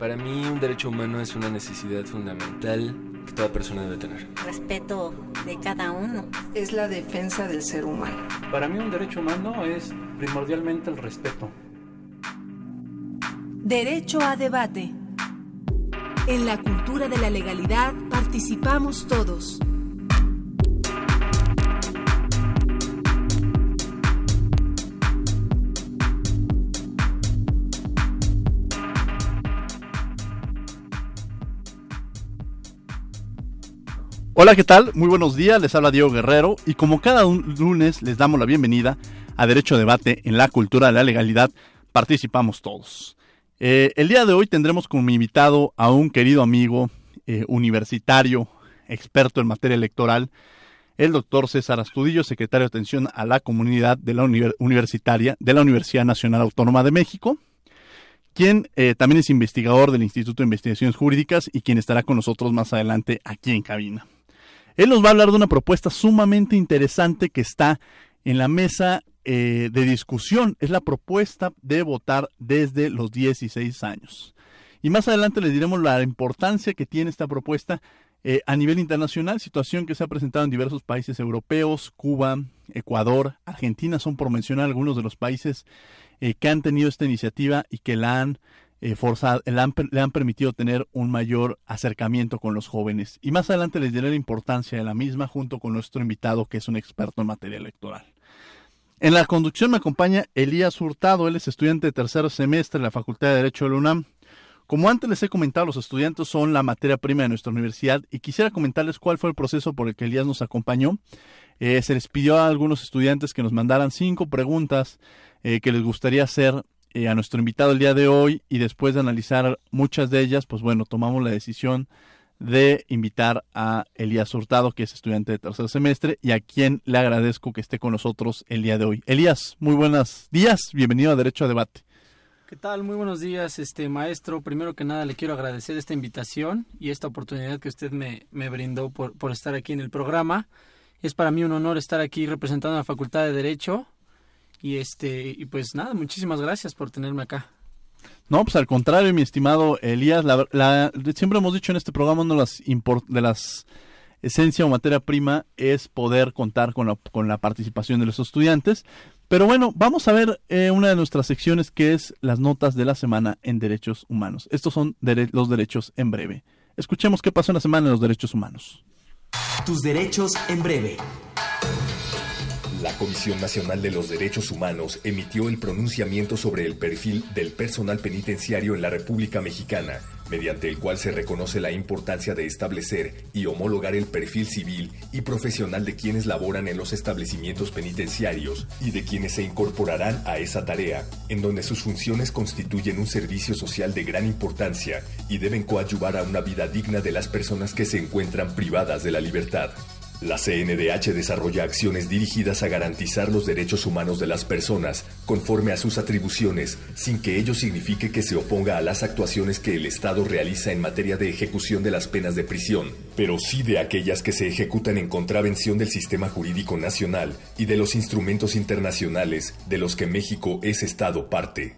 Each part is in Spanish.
Para mí un derecho humano es una necesidad fundamental que toda persona debe tener. Respeto de cada uno. Es la defensa del ser humano. Para mí un derecho humano es primordialmente el respeto. Derecho a debate. En la cultura de la legalidad participamos todos. Hola, ¿qué tal? Muy buenos días, les habla Diego Guerrero y como cada lunes les damos la bienvenida a Derecho a Debate en la cultura de la legalidad, participamos todos. El día de hoy tendremos como invitado a un querido amigo universitario, experto en materia electoral, el doctor César Astudillo, secretario de Atención a la Comunidad de la Universitaria de la Universidad Nacional Autónoma de México, quien también es investigador del Instituto de Investigaciones Jurídicas y quien estará con nosotros más adelante aquí en cabina. Él nos va a hablar de una propuesta sumamente interesante que está en la mesa de discusión. Es la propuesta de votar desde los 16 años. Y más adelante les diremos la importancia que tiene esta propuesta a nivel internacional, situación que se ha presentado en diversos países europeos, Cuba, Ecuador, Argentina, son por mencionar algunos de los países que han tenido esta iniciativa y que la han le han permitido tener un mayor acercamiento con los jóvenes. Y más adelante les diré la importancia de la misma junto con nuestro invitado que es un experto en materia electoral. En la conducción me acompaña Elías Hurtado, él es estudiante de tercer semestre de la Facultad de Derecho de la UNAM. Como antes les he comentado, los estudiantes son la materia prima de nuestra universidad y quisiera comentarles cuál fue el proceso por el que Elías nos acompañó. Se les pidió a algunos estudiantes que nos mandaran 5 preguntas que les gustaría hacer a nuestro invitado el día de hoy, y después de analizar muchas de ellas, pues bueno, tomamos la decisión de invitar a Elías Hurtado, que es estudiante de tercer semestre y a quien le agradezco que esté con nosotros el día de hoy. Elías, muy buenos días, bienvenido a Derecho a Debate. ¿Qué tal? Muy buenos días, maestro. Primero que nada le quiero agradecer esta invitación y esta oportunidad que usted me brindó por estar aquí en el programa. Es para mí un honor estar aquí representando a la Facultad de Derecho. Y pues nada, muchísimas gracias por tenerme acá. No, pues al contrario, mi estimado Elías, siempre hemos dicho en este programa, una de las esencia o materia prima es poder contar con la participación de los estudiantes. Pero bueno, vamos a ver una de nuestras secciones que es las notas de la semana en derechos humanos. Estos son los derechos en breve. Escuchemos qué pasó en la semana en los derechos humanos. Tus derechos en breve. La Comisión Nacional de los Derechos Humanos emitió el pronunciamiento sobre el perfil del personal penitenciario en la República Mexicana, mediante el cual se reconoce la importancia de establecer y homologar el perfil civil y profesional de quienes laboran en los establecimientos penitenciarios y de quienes se incorporarán a esa tarea, en donde sus funciones constituyen un servicio social de gran importancia y deben coadyuvar a una vida digna de las personas que se encuentran privadas de la libertad. La CNDH desarrolla acciones dirigidas a garantizar los derechos humanos de las personas conforme a sus atribuciones, sin que ello signifique que se oponga a las actuaciones que el Estado realiza en materia de ejecución de las penas de prisión, pero sí de aquellas que se ejecutan en contravención del sistema jurídico nacional y de los instrumentos internacionales de los que México es Estado parte.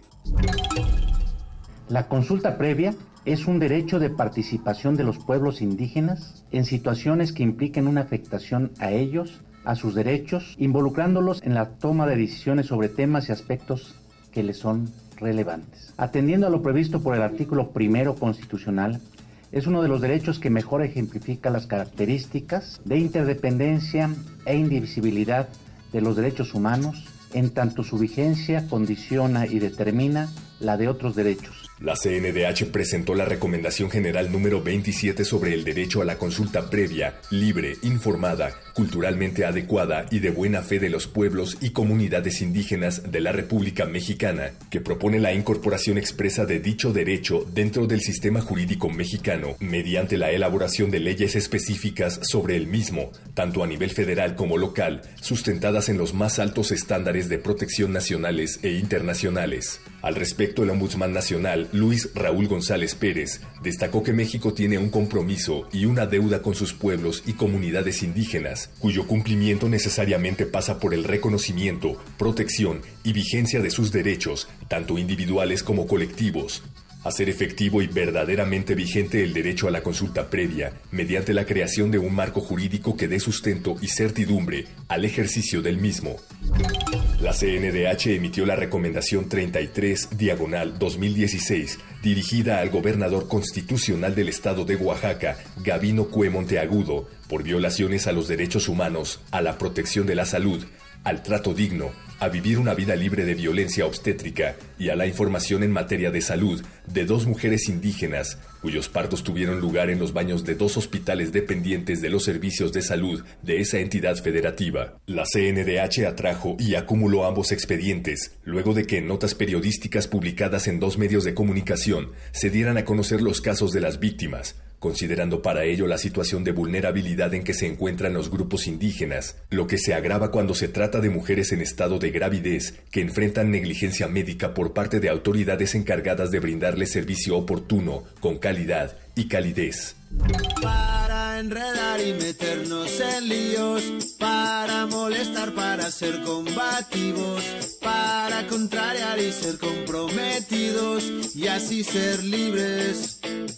La consulta previa es un derecho de participación de los pueblos indígenas en situaciones que impliquen una afectación a ellos, a sus derechos, involucrándolos en la toma de decisiones sobre temas y aspectos que les son relevantes. Atendiendo a lo previsto por el artículo 1 constitucional, es uno de los derechos que mejor ejemplifica las características de interdependencia e indivisibilidad de los derechos humanos, en tanto su vigencia condiciona y determina la de otros derechos. La CNDH presentó la Recomendación General número 27 sobre el derecho a la consulta previa, libre, informada, culturalmente adecuada y de buena fe de los pueblos y comunidades indígenas de la República Mexicana, que propone la incorporación expresa de dicho derecho dentro del sistema jurídico mexicano, mediante la elaboración de leyes específicas sobre el mismo, tanto a nivel federal como local, sustentadas en los más altos estándares de protección nacionales e internacionales. Al respecto, el Ombudsman Nacional, Luis Raúl González Pérez, destacó que México tiene un compromiso y una deuda con sus pueblos y comunidades indígenas, cuyo cumplimiento necesariamente pasa por el reconocimiento, protección y vigencia de sus derechos, tanto individuales como colectivos. Hacer efectivo y verdaderamente vigente el derecho a la consulta previa mediante la creación de un marco jurídico que dé sustento y certidumbre al ejercicio del mismo. La CNDH emitió la Recomendación 33/2016, dirigida al gobernador constitucional del estado de Oaxaca, Gabino Cue Monteagudo, por violaciones a los derechos humanos, a la protección de la salud, al trato digno, a vivir una vida libre de violencia obstétrica y a la información en materia de salud de 2 mujeres indígenas, cuyos partos tuvieron lugar en los baños de 2 hospitales dependientes de los servicios de salud de esa entidad federativa. La CNDH atrajo y acumuló ambos expedientes, luego de que en notas periodísticas publicadas en 2 medios de comunicación se dieran a conocer los casos de las víctimas, considerando para ello la situación de vulnerabilidad en que se encuentran los grupos indígenas, lo que se agrava cuando se trata de mujeres en estado de gravidez que enfrentan negligencia médica por parte de autoridades encargadas de brindarles servicio oportuno, con calidad y calidez. Para enredar y meternos en líos, para molestar, para ser combativos, para contrariar y ser comprometidos y así ser libres.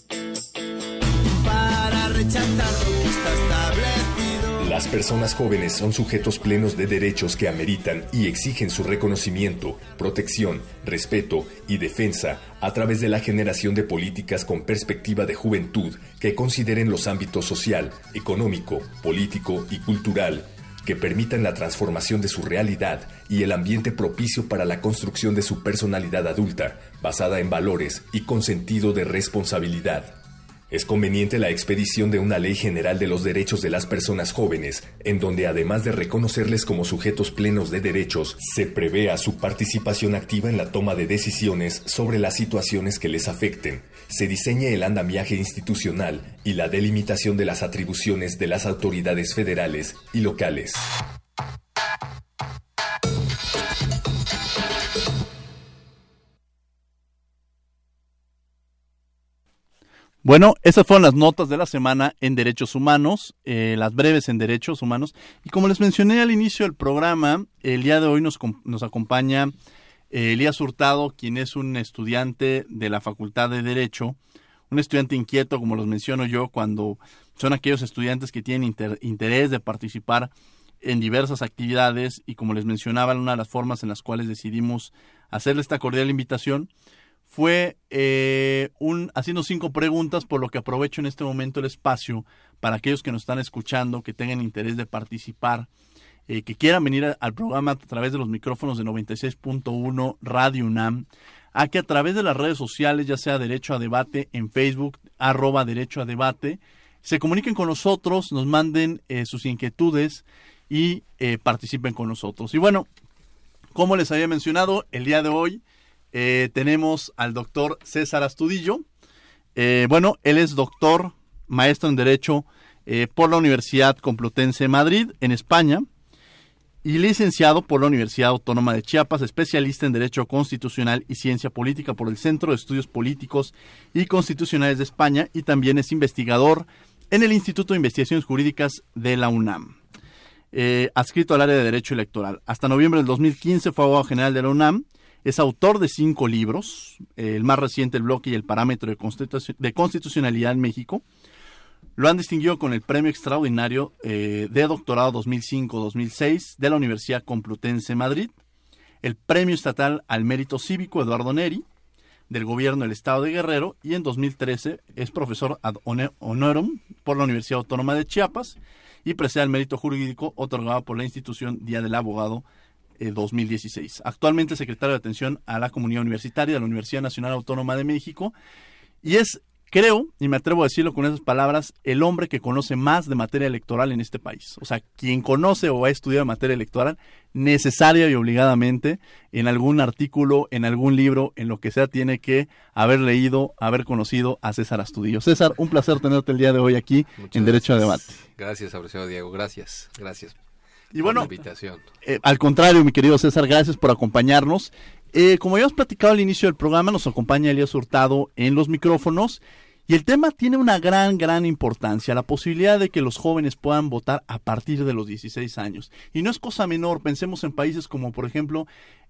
Para rechazar lo que está establecido. Las personas jóvenes son sujetos plenos de derechos que ameritan y exigen su reconocimiento, protección, respeto y defensa a través de la generación de políticas con perspectiva de juventud que consideren los ámbitos social, económico, político y cultural, que permitan la transformación de su realidad y el ambiente propicio para la construcción de su personalidad adulta, basada en valores y con sentido de responsabilidad. Es conveniente la expedición de una ley general de los derechos de las personas jóvenes, en donde además de reconocerles como sujetos plenos de derechos, se prevea su participación activa en la toma de decisiones sobre las situaciones que les afecten, se diseñe el andamiaje institucional y la delimitación de las atribuciones de las autoridades federales y locales. Bueno, esas fueron las notas de la semana en Derechos Humanos, las breves en Derechos Humanos. Y como les mencioné al inicio del programa, el día de hoy nos acompaña Elías Hurtado, quien es un estudiante de la Facultad de Derecho, un estudiante inquieto, como los menciono yo, cuando son aquellos estudiantes que tienen interés de participar en diversas actividades. Y como les mencionaba, una de las formas en las cuales decidimos hacerle esta cordial invitación fue haciendo 5 preguntas, por lo que aprovecho en este momento el espacio para aquellos que nos están escuchando, que tengan interés de participar, que quieran venir al programa a través de los micrófonos de 96.1 Radio UNAM, a que a través de las redes sociales, ya sea Derecho a Debate en Facebook, @Derecho a Debate, se comuniquen con nosotros, nos manden sus inquietudes y participen con nosotros. Y bueno, como les había mencionado, el día de hoy tenemos al doctor César Astudillo. Él es doctor, maestro en Derecho por la Universidad Complutense de Madrid, en España, y licenciado por la Universidad Autónoma de Chiapas, especialista en Derecho Constitucional y Ciencia Política por el Centro de Estudios Políticos y Constitucionales de España, y también es investigador en el Instituto de Investigaciones Jurídicas de la UNAM. Adscrito al área de Derecho Electoral. Hasta noviembre del 2015 fue abogado general de la UNAM. Es autor de 5 libros, el más reciente, El bloque y el parámetro de constitucionalidad en México. Lo han distinguido con el Premio Extraordinario de Doctorado 2005-2006 de la Universidad Complutense de Madrid, el Premio Estatal al Mérito Cívico Eduardo Neri, del Gobierno del Estado de Guerrero, y en 2013 es profesor ad honorem por la Universidad Autónoma de Chiapas y preside el Mérito Jurídico otorgado por la institución Día del Abogado 2016. Actualmente secretario de Atención a la Comunidad Universitaria de la Universidad Nacional Autónoma de México, y es, creo, y me atrevo a decirlo con esas palabras, el hombre que conoce más de materia electoral en este país. O sea, quien conoce o ha estudiado materia electoral, necesaria y obligadamente, en algún artículo, en algún libro, en lo que sea, tiene que haber leído, haber conocido a César Astudillo. César, un placer tenerte el día de hoy aquí en Derecho a Debate. Gracias, apreciado Diego, gracias. Y bueno, por la invitación. Al contrario, mi querido César, gracias por acompañarnos. Como habíamos platicado al inicio del programa, nos acompaña Elías Hurtado en los micrófonos, y el tema tiene una gran importancia, la posibilidad de que los jóvenes puedan votar a partir de los 16 años. Y no es cosa menor, pensemos en países como, por ejemplo,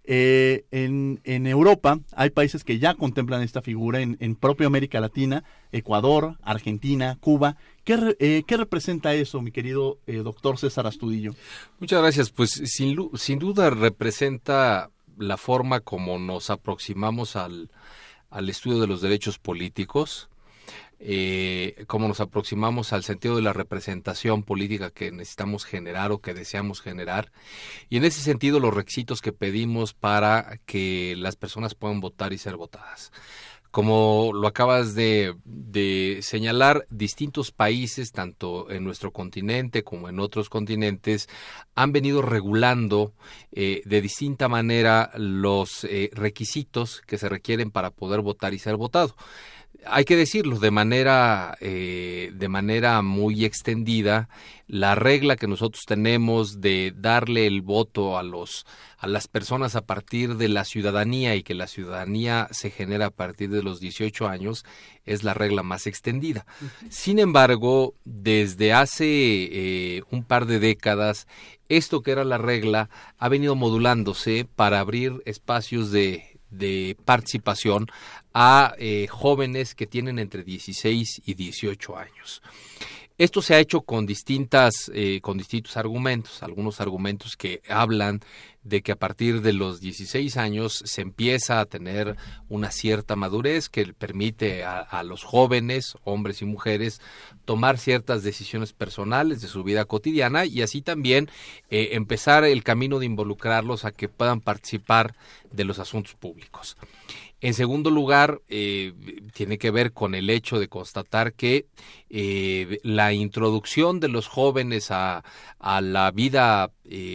En Europa hay países que ya contemplan esta figura, en propia América Latina, Ecuador, Argentina, Cuba. ¿Qué representa eso, mi querido doctor César Astudillo? Muchas gracias. Pues sin duda representa la forma como nos aproximamos al estudio de los derechos políticos, cómo nos aproximamos al sentido de la representación política que necesitamos generar o que deseamos generar, y en ese sentido los requisitos que pedimos para que las personas puedan votar y ser votadas. Como lo acabas de señalar, distintos países, tanto en nuestro continente como en otros continentes, han venido regulando de distinta manera los requisitos que se requieren para poder votar y ser votado. Hay que decirlo, de manera muy extendida, la regla que nosotros tenemos de darle el voto a las personas a partir de la ciudadanía, y que la ciudadanía se genera a partir de los 18 años, es la regla más extendida. Sin embargo, desde hace un par de décadas, esto que era la regla ha venido modulándose para abrir espacios de participación a jóvenes que tienen entre 16 y 18 años. Esto se ha hecho con distintos argumentos, algunos argumentos que hablan de que a partir de los 16 años se empieza a tener una cierta madurez que permite a los jóvenes, hombres y mujeres, tomar ciertas decisiones personales de su vida cotidiana, y así también empezar el camino de involucrarlos a que puedan participar de los asuntos públicos. En segundo lugar, tiene que ver con el hecho de constatar que la introducción de los jóvenes a la vida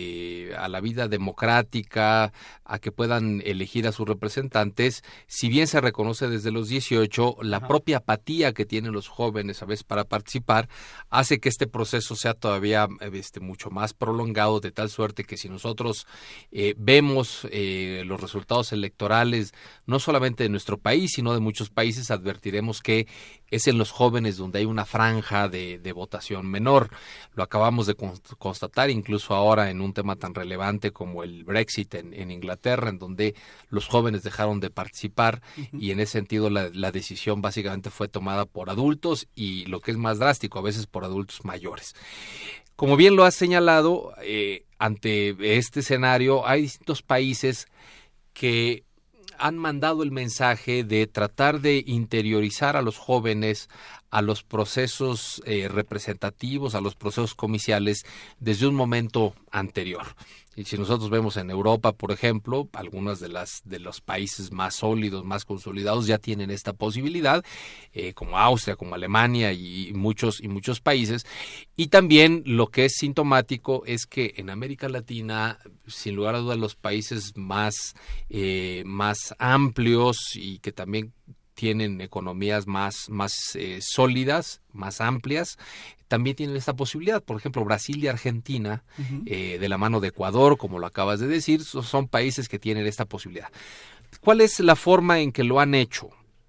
democrática, a que puedan elegir a sus representantes, si bien se reconoce desde los 18, la propia apatía que tienen los jóvenes a veces para participar hace que este proceso sea todavía mucho más prolongado, de tal suerte que si nosotros vemos los resultados electorales, no solamente de nuestro país, sino de muchos países, advertiremos que es en los jóvenes donde hay una franja de votación menor. Lo acabamos de constatar incluso ahora en un tema tan relevante como el Brexit en Inglaterra, en donde los jóvenes dejaron de participar, y en ese sentido la decisión básicamente fue tomada por adultos, y lo que es más drástico, a veces por adultos mayores. Como bien lo has señalado, ante este escenario hay distintos países que han mandado el mensaje de tratar de interiorizar a los jóvenes a los procesos representativos, a los procesos comiciales desde un momento anterior. Y si nosotros vemos en Europa, por ejemplo, algunos de los países más sólidos, más consolidados ya tienen esta posibilidad, como Austria, como Alemania y muchos países. Y también lo que es sintomático es que en América Latina, sin lugar a dudas, los países más amplios y que también tienen economías más sólidas, más amplias, también tienen esta posibilidad. Por ejemplo, Brasil y Argentina, de la mano de Ecuador, como lo acabas de decir, son países que tienen esta posibilidad. ¿Cuál es la forma en que lo han hecho?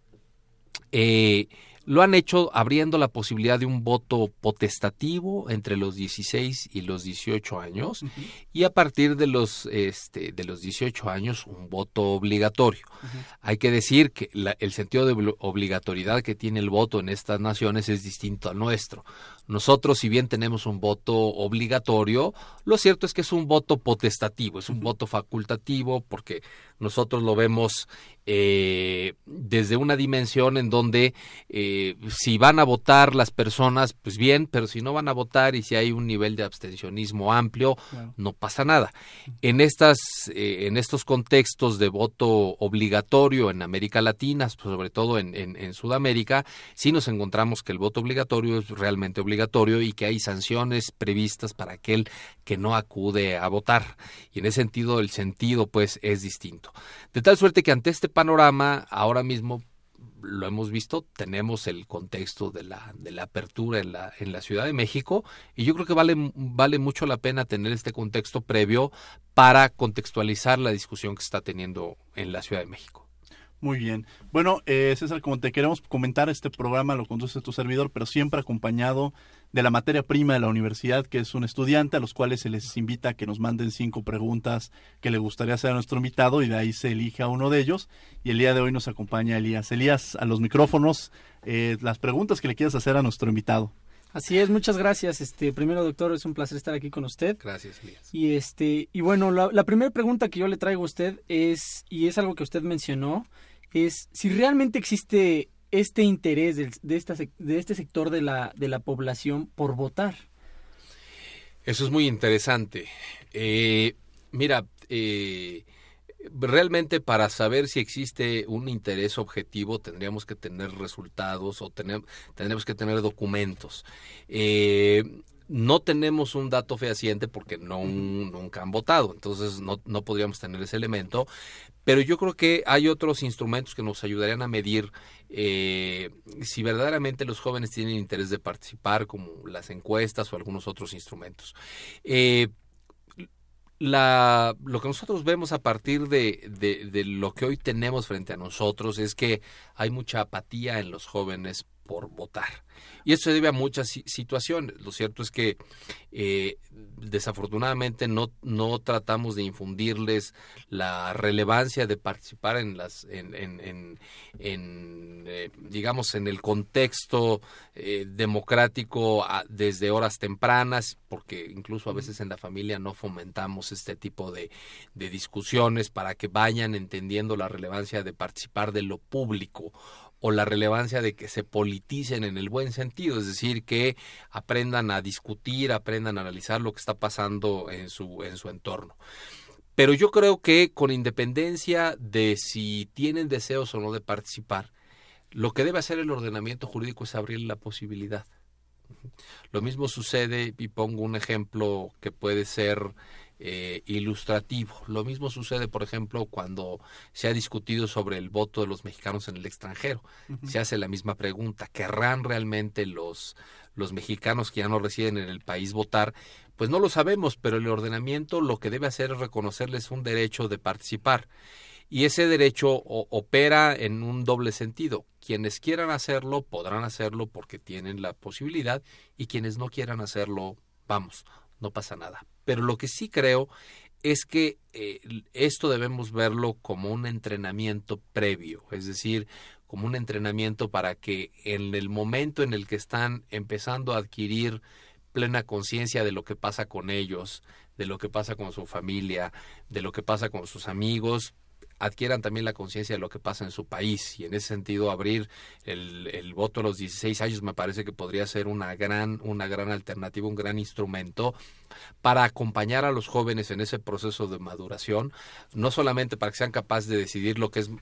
Lo han hecho abriendo la posibilidad de un voto potestativo entre los 16 y los 18 años, y a partir de los 18 años un voto obligatorio. Hay que decir que el sentido de obligatoriedad que tiene el voto en estas naciones es distinto al nuestro. Nosotros, si bien tenemos un voto obligatorio, lo cierto es que es un voto potestativo, es un voto facultativo, porque nosotros lo vemos desde una dimensión en donde si van a votar las personas, pues bien, pero si no van a votar y si hay un nivel de abstencionismo amplio, claro, no pasa nada. En estos contextos de voto obligatorio en América Latina, sobre todo en Sudamérica, sí nos encontramos que el voto obligatorio es realmente obligatorio y que hay sanciones previstas para aquel que no acude a votar. Y en ese sentido, el sentido pues es distinto. De tal suerte que ante este panorama, ahora mismo lo hemos visto, tenemos el contexto de la apertura en la Ciudad de México, y yo creo que vale mucho la pena tener este contexto previo para contextualizar la discusión que se está teniendo en la Ciudad de México. Muy bien. Bueno, César, como te queremos comentar, este programa lo conduce tu servidor, pero siempre acompañado de la materia prima de la universidad, que es un estudiante, a los cuales se les invita a que nos manden 5 preguntas que le gustaría hacer a nuestro invitado, y de ahí se elige a uno de ellos. Y el día de hoy nos acompaña Elías. Elías, a los micrófonos, las preguntas que le quieras hacer a nuestro invitado. Así es, muchas gracias. Primero, doctor, es un placer estar aquí con usted. Gracias, Elías. Y bueno, la primera pregunta que yo le traigo a usted es, y es algo que usted mencionó, es si realmente existe este interés de este sector de la población por votar. Eso es muy interesante. Mira, realmente para saber si existe un interés objetivo tendríamos que tener resultados o tendríamos que tener documentos. No tenemos un dato fehaciente porque nunca han votado, entonces no podríamos tener ese elemento, pero yo creo que hay otros instrumentos que nos ayudarían a medir si verdaderamente los jóvenes tienen interés de participar, como las encuestas o algunos otros instrumentos. Lo que nosotros vemos a partir de lo que hoy tenemos frente a nosotros es que hay mucha apatía en los jóvenes por votar. Y eso se debe a muchas situaciones. Lo cierto es que desafortunadamente no tratamos de infundirles la relevancia de participar digamos, en el contexto democrático desde horas tempranas, porque incluso a veces en la familia no fomentamos este tipo de discusiones para que vayan entendiendo la relevancia de participar de lo público, o la relevancia de que se politicen en el buen sentido, es decir, que aprendan a discutir, aprendan a analizar lo que está pasando en su entorno. Pero yo creo que con independencia de si tienen deseos o no de participar, lo que debe hacer el ordenamiento jurídico es abrir la posibilidad. Lo mismo sucede, y pongo un ejemplo que puede ser ilustrativo. Lo mismo sucede, por ejemplo, cuando se ha discutido sobre el voto de los mexicanos en el extranjero. Uh-huh. Se hace la misma pregunta: ¿querrán realmente los mexicanos que ya no residen en el país votar? Pues no lo sabemos, pero el ordenamiento lo que debe hacer es reconocerles un derecho de participar. Y ese derecho opera en un doble sentido. Quienes quieran hacerlo podrán hacerlo porque tienen la posibilidad, y quienes no quieran hacerlo, vamos, no pasa nada. Pero lo que sí creo es que esto debemos verlo como un entrenamiento previo, es decir, como un entrenamiento para que en el momento en el que están empezando a adquirir plena conciencia de lo que pasa con ellos, de lo que pasa con su familia, de lo que pasa con sus amigos, adquieran también la conciencia de lo que pasa en su país. Y en ese sentido, abrir el voto a los 16 años me parece que podría ser una gran alternativa, un gran instrumento para acompañar a los jóvenes en ese proceso de maduración, no solamente para que sean capaces de decidir lo que es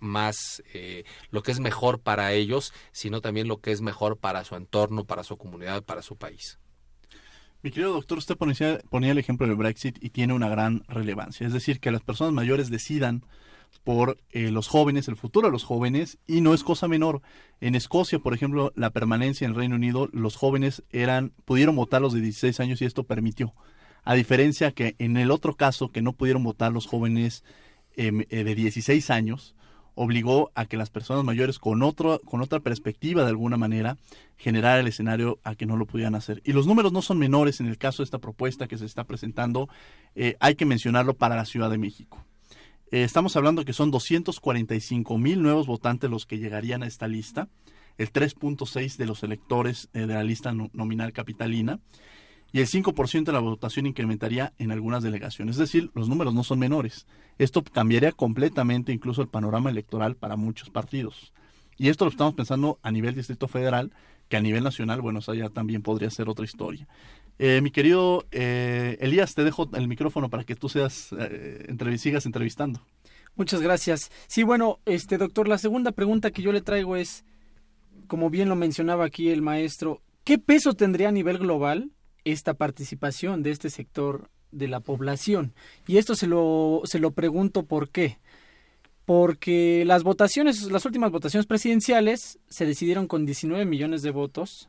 lo que es mejor para ellos, sino también lo que es mejor para su entorno, para su comunidad, para su país. Mi querido doctor, usted ponía el ejemplo del Brexit y tiene una gran relevancia. Es decir, que las personas mayores decidan por los jóvenes, el futuro de los jóvenes, y no es cosa menor. En Escocia, por ejemplo, la permanencia en el Reino Unido, los jóvenes pudieron votar los de 16 años y esto permitió. A diferencia que en el otro caso, que no pudieron votar los jóvenes de 16 años, obligó a que las personas mayores con otra perspectiva, de alguna manera, generara el escenario a que no lo pudieran hacer. Y los números no son menores en el caso de esta propuesta que se está presentando. Hay que mencionarlo para la Ciudad de México. Estamos hablando que son 245,000 nuevos votantes los que llegarían a esta lista, el 3.6% de los electores de la lista nominal capitalina, y el 5% de la votación incrementaría en algunas delegaciones. Es decir, los números no son menores. Esto cambiaría completamente incluso el panorama electoral para muchos partidos. Y esto lo estamos pensando a nivel Distrito Federal, que a nivel nacional, bueno, eso ya también podría ser otra historia. Mi querido Elías, te dejo el micrófono para que tú sigas entrevistando. Muchas gracias. Sí, bueno, doctor, la segunda pregunta que yo le traigo es, como bien lo mencionaba aquí el maestro, ¿qué peso tendría a nivel global esta participación de este sector de la población? Y esto se lo pregunto ¿por qué? Porque las últimas votaciones presidenciales se decidieron con 19 millones de votos.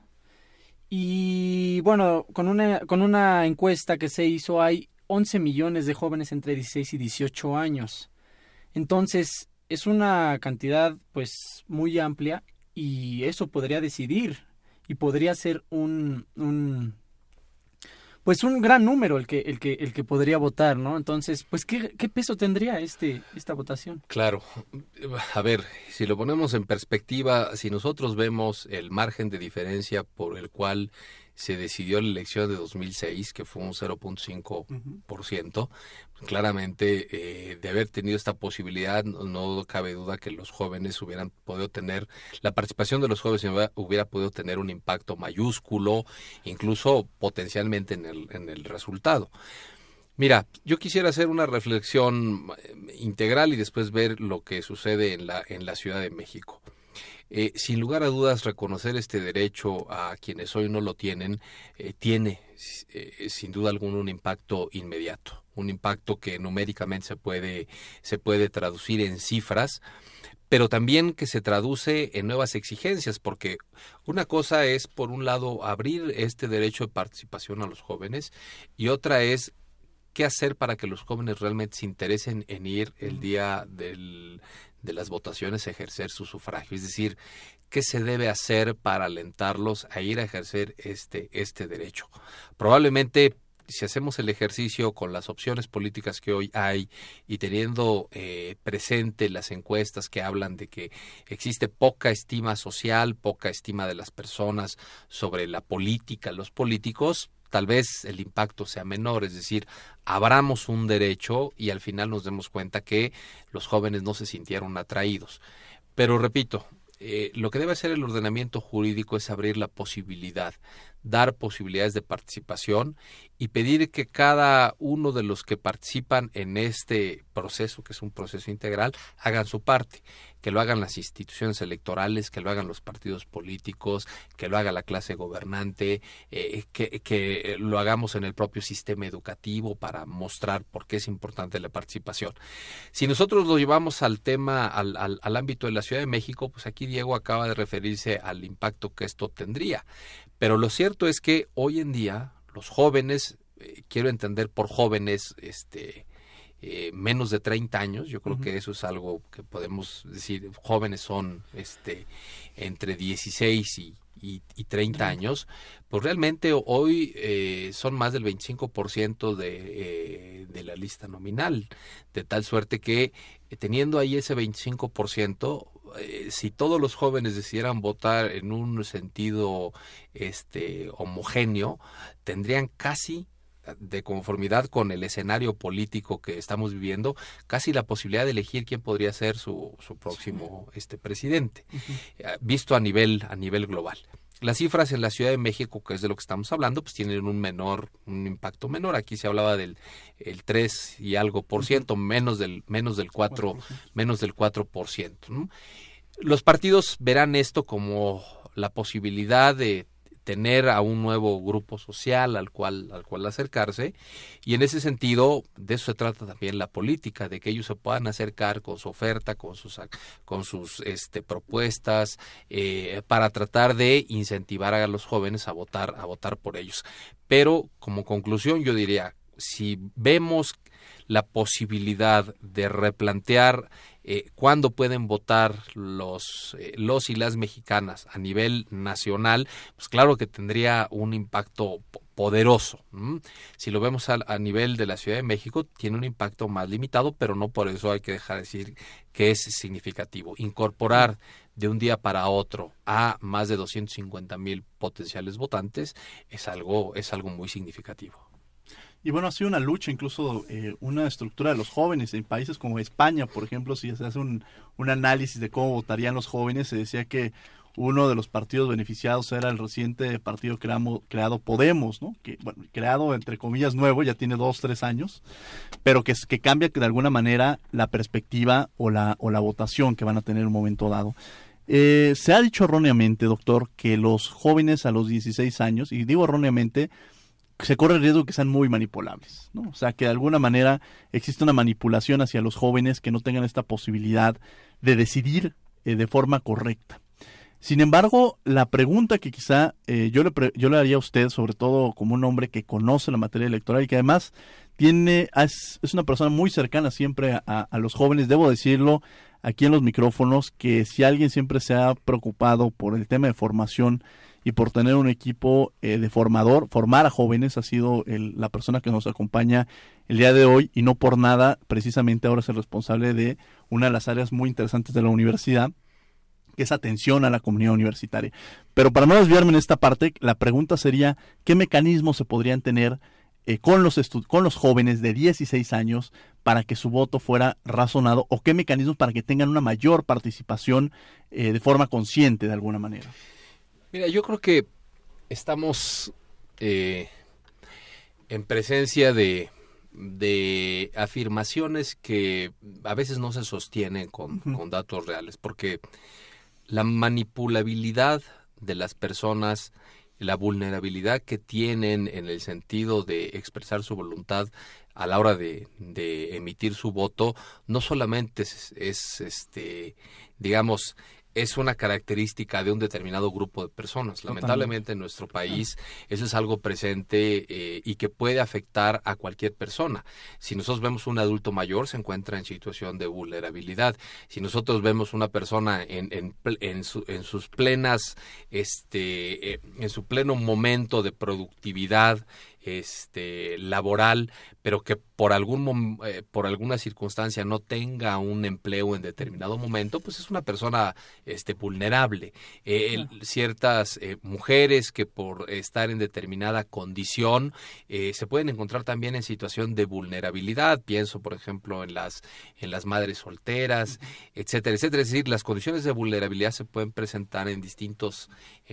Y bueno, con una encuesta que se hizo hay 11 millones de jóvenes entre 16 y 18 años. Entonces, es una cantidad pues muy amplia y eso podría decidir y podría ser un gran número el que podría votar, ¿no? Entonces, pues ¿qué peso tendría esta votación? Claro. A ver, si lo ponemos en perspectiva, si nosotros vemos el margen de diferencia por el cual se decidió la elección de 2006, que fue un 0.5%, claramente de haber tenido esta posibilidad, no cabe duda que los jóvenes hubieran podido tener, la participación de los jóvenes hubiera podido tener un impacto mayúsculo, incluso potencialmente en el resultado. Mira, yo quisiera hacer una reflexión integral y después ver lo que sucede en la Ciudad de México. Sin lugar a dudas, reconocer este derecho a quienes hoy no lo tienen, tiene sin duda alguna un impacto inmediato, un impacto que numéricamente se puede traducir en cifras, pero también que se traduce en nuevas exigencias, porque una cosa es, por un lado, abrir este derecho de participación a los jóvenes, y otra es qué hacer para que los jóvenes realmente se interesen en ir el día de las votaciones a ejercer su sufragio. Es decir, ¿qué se debe hacer para alentarlos a ir a ejercer este derecho? Probablemente, si hacemos el ejercicio con las opciones políticas que hoy hay y teniendo presente las encuestas que hablan de que existe poca estima social, poca estima de las personas sobre la política, los políticos, tal vez el impacto sea menor, es decir, abramos un derecho y al final nos demos cuenta que los jóvenes no se sintieron atraídos. Pero repito, lo que debe hacer el ordenamiento jurídico es abrir la posibilidad, dar posibilidades de participación y pedir que cada uno de los que participan en este proceso, que es un proceso integral, hagan su parte, que lo hagan las instituciones electorales, que lo hagan los partidos políticos, que lo haga la clase gobernante, que lo hagamos en el propio sistema educativo para mostrar por qué es importante la participación. Si nosotros lo llevamos al tema, al ámbito de la Ciudad de México, pues aquí Diego acaba de referirse al impacto que esto tendría. Pero lo cierto es que hoy en día los jóvenes, quiero entender por jóvenes menos de 30 años, yo creo que eso es algo que podemos decir, jóvenes son entre 16 y 30 años, pues realmente hoy son más del 25% de la lista nominal, de tal suerte que teniendo ahí ese 25%, si todos los jóvenes decidieran votar en un sentido homogéneo, tendrían casi, de conformidad con el escenario político que estamos viviendo, casi la posibilidad de elegir quién podría ser su próximo presidente, visto a nivel global. Las cifras en la Ciudad de México, que es de lo que estamos hablando, pues tienen un impacto menor. Aquí se hablaba del 3 y algo por ciento, menos del 4%, ¿no? Los partidos verán esto como la posibilidad de tener a un nuevo grupo social al cual acercarse, y en ese sentido de eso se trata también la política, de que ellos se puedan acercar con su oferta, con sus propuestas, para tratar de incentivar a los jóvenes a votar por ellos. Pero como conclusión yo diría, si vemos la posibilidad de replantear cuándo pueden votar los y las mexicanas a nivel nacional, pues claro que tendría un impacto poderoso. Si lo vemos a nivel de la Ciudad de México, tiene un impacto más limitado, pero no por eso hay que dejar de decir que es significativo. Incorporar de un día para otro a más de 250,000 potenciales votantes es algo muy significativo. Y bueno, ha sido una lucha, incluso una estructura de los jóvenes en países como España, por ejemplo. Si se hace un análisis de cómo votarían los jóvenes, se decía que uno de los partidos beneficiados era el reciente partido creado Podemos, ¿no? Que, bueno, creado entre comillas nuevo, ya tiene 2-3 años, pero que cambia de alguna manera la perspectiva o la votación que van a tener en un momento dado. Se ha dicho erróneamente, doctor, que los jóvenes a los 16 años, y digo erróneamente, se corre el riesgo que sean muy manipulables, ¿no? O sea, que de alguna manera existe una manipulación hacia los jóvenes que no tengan esta posibilidad de decidir de forma correcta. Sin embargo, la pregunta que quizá yo le haría a usted, sobre todo como un hombre que conoce la materia electoral y que además es una persona muy cercana siempre a los jóvenes, debo decirlo, aquí en los micrófonos que si alguien siempre se ha preocupado por el tema de formación y por tener un equipo de formar a jóvenes, ha sido la persona que nos acompaña el día de hoy, y no por nada, precisamente ahora es el responsable de una de las áreas muy interesantes de la universidad, que es atención a la comunidad universitaria. Pero para no desviarme en esta parte, la pregunta sería, ¿qué mecanismos se podrían tener con los jóvenes de 16 años para que su voto fuera razonado, o qué mecanismos para que tengan una mayor participación de forma consciente de alguna manera? Mira, yo creo que estamos en presencia de afirmaciones que a veces no se sostienen con datos reales, porque la manipulabilidad de las personas, la vulnerabilidad que tienen en el sentido de expresar su voluntad a la hora de emitir su voto, no solamente digamos, es una característica de un determinado grupo de personas. Lamentablemente en nuestro país eso es algo presente y que puede afectar a cualquier persona. Si nosotros vemos un adulto mayor, se encuentra en situación de vulnerabilidad. Si nosotros vemos una persona en sus plenas, en su pleno momento de productividad laboral, pero que por alguna circunstancia no tenga un empleo en determinado momento, pues es una persona vulnerable. Ciertas mujeres que por estar en determinada condición se pueden encontrar también en situación de vulnerabilidad. Pienso, por ejemplo, en las madres solteras, etcétera, etcétera. Es decir, las condiciones de vulnerabilidad se pueden presentar en distintos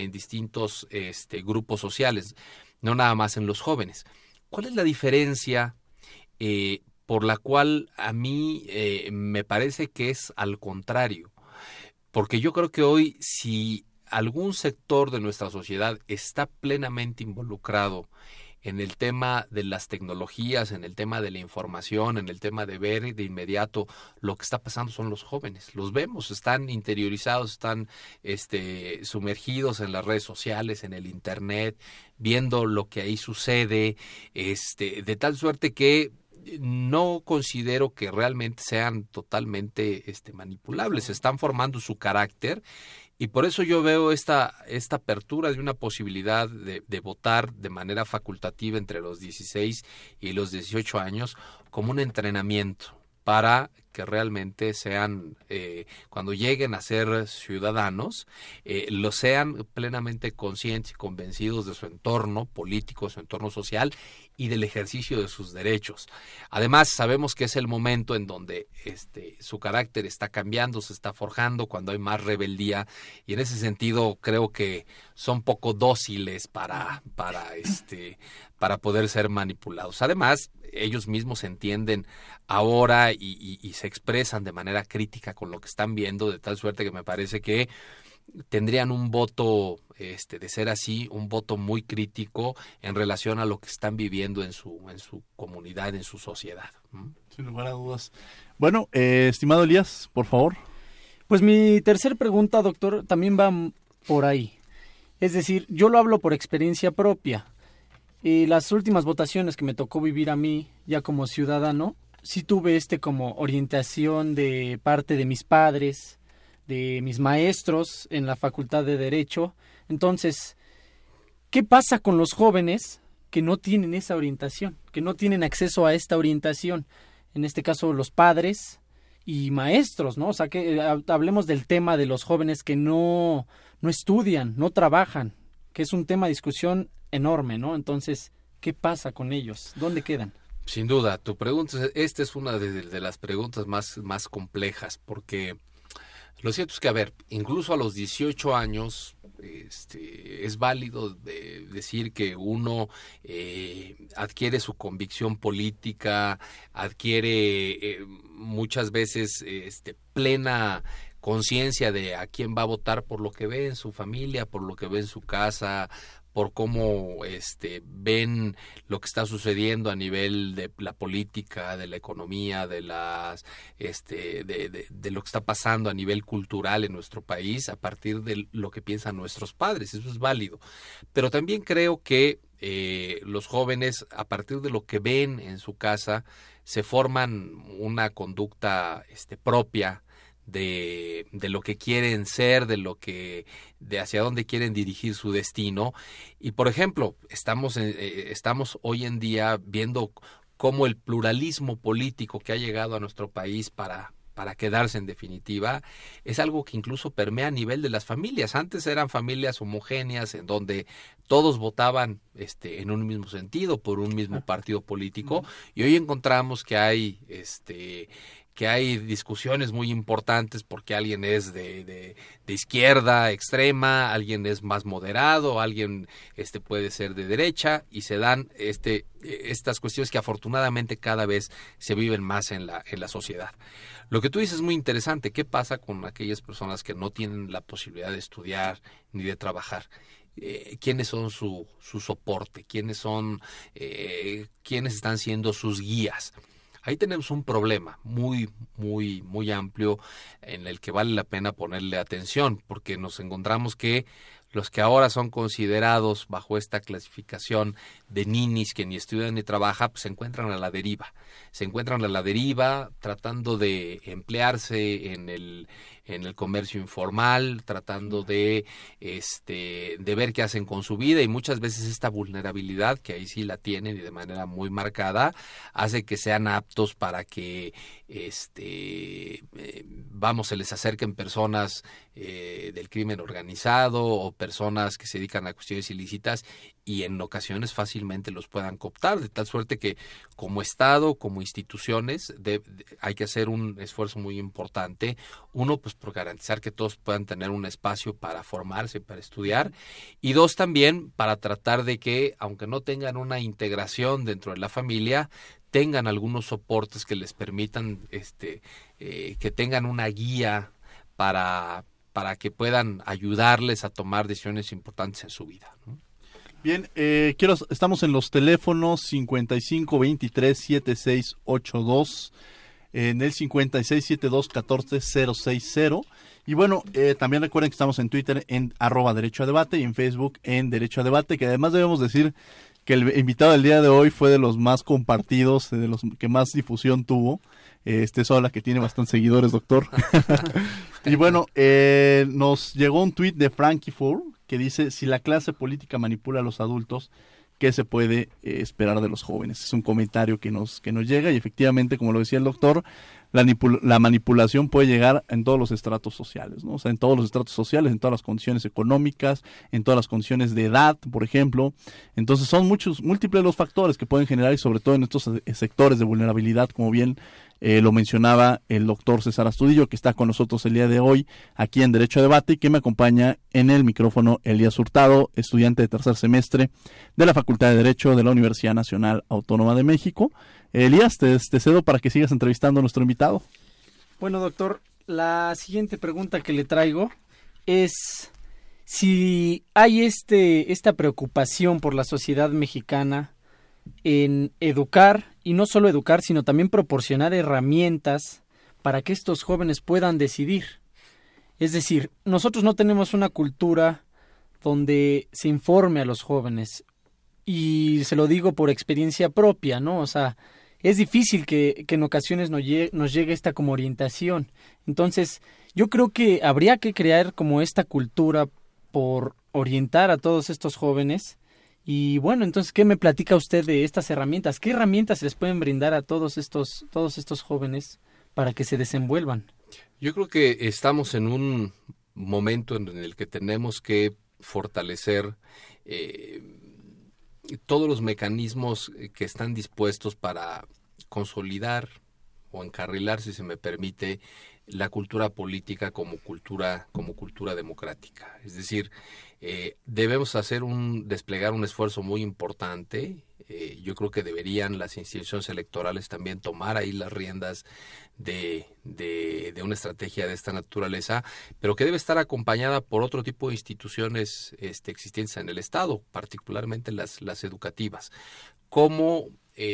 grupos sociales, no nada más en los jóvenes. ¿Cuál es la diferencia por la cual a mí me parece que es al contrario? Porque yo creo que hoy, si algún sector de nuestra sociedad está plenamente involucrado en el tema de las tecnologías, en el tema de la información, en el tema de ver de inmediato lo que está pasando, son los jóvenes. Los vemos, están interiorizados, están sumergidos en las redes sociales, en el internet, viendo lo que ahí sucede, de tal suerte que no considero que realmente sean totalmente manipulables. Están formando su carácter. Y por eso yo veo esta apertura de una posibilidad de votar de manera facultativa entre los 16 y los 18 años como un entrenamiento para que realmente sean, cuando lleguen a ser ciudadanos, lo sean plenamente conscientes y convencidos de su entorno político, su entorno social y del ejercicio de sus derechos. Además, sabemos que es el momento en donde su carácter está cambiando, se está forjando, cuando hay más rebeldía, y en ese sentido creo que son poco dóciles para poder ser manipulados. Además, ellos mismos entienden ahora y se expresan de manera crítica con lo que están viendo, de tal suerte que me parece que tendrían un voto, de ser así, un voto muy crítico en relación a lo que están viviendo en su comunidad, en su sociedad. Sin lugar a dudas. Bueno, estimado Elías, por favor. Pues mi tercer pregunta, doctor, también va por ahí. Es decir, yo lo hablo por experiencia propia. Las últimas votaciones que me tocó vivir a mí, ya como ciudadano, sí tuve como orientación de parte de mis padres, de mis maestros en la Facultad de Derecho. Entonces, ¿qué pasa con los jóvenes que no tienen esa orientación, que no tienen acceso a esta orientación? En este caso, los padres y maestros, ¿no? O sea, que hablemos del tema de los jóvenes que no estudian, no trabajan, que es un tema de discusión enorme, ¿no? Entonces, ¿qué pasa con ellos? ¿Dónde quedan? Sin duda, tu pregunta, esta es una de las preguntas más complejas, porque lo cierto es que, a ver, incluso a los 18 años es válido decir que uno adquiere su convicción política, adquiere muchas veces plena conciencia de a quién va a votar por lo que ve en su familia, por lo que ve en su casa, por cómo ven lo que está sucediendo a nivel de la política, de la economía, de las de lo que está pasando a nivel cultural en nuestro país, a partir de lo que piensan nuestros padres. Eso es válido. Pero también creo que los jóvenes, a partir de lo que ven en su casa, se forman una conducta propia de lo que quieren ser, de hacia dónde quieren dirigir su destino. Y por ejemplo, estamos hoy en día viendo cómo el pluralismo político que ha llegado a nuestro país para quedarse en definitiva, es algo que incluso permea a nivel de las familias. Antes eran familias homogéneas en donde todos votaban en un mismo sentido, por un mismo partido político, y hoy encontramos que hay discusiones muy importantes porque alguien es de izquierda extrema, alguien es más moderado, alguien puede ser de derecha, y se dan estas cuestiones que afortunadamente cada vez se viven más en la sociedad. Lo que tú dices es muy interesante. ¿Qué pasa con aquellas personas que no tienen la posibilidad de estudiar ni de trabajar? ¿Quiénes son su soporte? ¿Quiénes están siendo sus guías? Ahí tenemos un problema muy, muy, muy amplio en el que vale la pena ponerle atención, porque nos encontramos que los que ahora son considerados bajo esta clasificación de ninis que ni estudian ni trabajan, pues se encuentran a la deriva. Se encuentran a la deriva tratando de emplearse en el comercio informal, tratando de ver qué hacen con su vida, y muchas veces esta vulnerabilidad, que ahí sí la tienen y de manera muy marcada, hace que sean aptos para que se les acerquen personas del crimen organizado o personas que se dedican a cuestiones ilícitas, y en ocasiones fácilmente los puedan cooptar, de tal suerte que como Estado, como instituciones, hay que hacer un esfuerzo muy importante. Uno, pues por garantizar que todos puedan tener un espacio para formarse, para estudiar, y dos, también para tratar de que, aunque no tengan una integración dentro de la familia, tengan algunos soportes que les permitan que tengan una guía para que puedan ayudarles a tomar decisiones importantes en su vida, ¿no? Bien, estamos en los teléfonos 5523-7682, en el 5672-14060. Y bueno, también recuerden que estamos en Twitter en @DerechoADebate y en Facebook en Derecho a Debate, que además debemos decir que el invitado del día de hoy fue de los más compartidos, de los que más difusión tuvo. Sola, que tiene bastantes seguidores, doctor. Y bueno, nos llegó un tuit de Frankie Ford que dice: si la clase política manipula a los adultos, ¿qué se puede esperar de los jóvenes? Es un comentario que nos llega, y efectivamente, como lo decía el doctor, la manipulación puede llegar en todos los estratos sociales, ¿no? O sea, en todos los estratos sociales, en todas las condiciones económicas, en todas las condiciones de edad, por ejemplo. Entonces son múltiples los factores que pueden generar, y sobre todo en estos sectores de vulnerabilidad, como bien lo mencionaba el doctor César Astudillo, que está con nosotros el día de hoy aquí en Derecho a Debate, y que me acompaña en el micrófono Elías Hurtado, estudiante de tercer semestre de la Facultad de Derecho de la Universidad Nacional Autónoma de México. Elías, te cedo para que sigas entrevistando a nuestro invitado. Bueno, doctor, la siguiente pregunta que le traigo es si hay esta preocupación por la sociedad mexicana en educar, y no solo educar, sino también proporcionar herramientas para que estos jóvenes puedan decidir. Es decir, nosotros no tenemos una cultura donde se informe a los jóvenes, y se lo digo por experiencia propia, ¿no? O sea, es difícil que en ocasiones nos llegue esta como orientación. Entonces, yo creo que habría que crear como esta cultura por orientar a todos estos jóvenes. Y bueno, entonces, ¿qué me platica usted de estas herramientas? ¿Qué herramientas les pueden brindar a todos estos jóvenes para que se desenvuelvan? Yo creo que estamos en un momento en el que tenemos que fortalecer todos los mecanismos que están dispuestos para consolidar o encarrilar, si se me permite, la cultura política como cultura democrática. Es decir, debemos desplegar un esfuerzo muy importante. Yo creo que deberían las instituciones electorales también tomar ahí las riendas de una estrategia de esta naturaleza, pero que debe estar acompañada por otro tipo de instituciones existentes en el Estado, particularmente las educativas. Cómo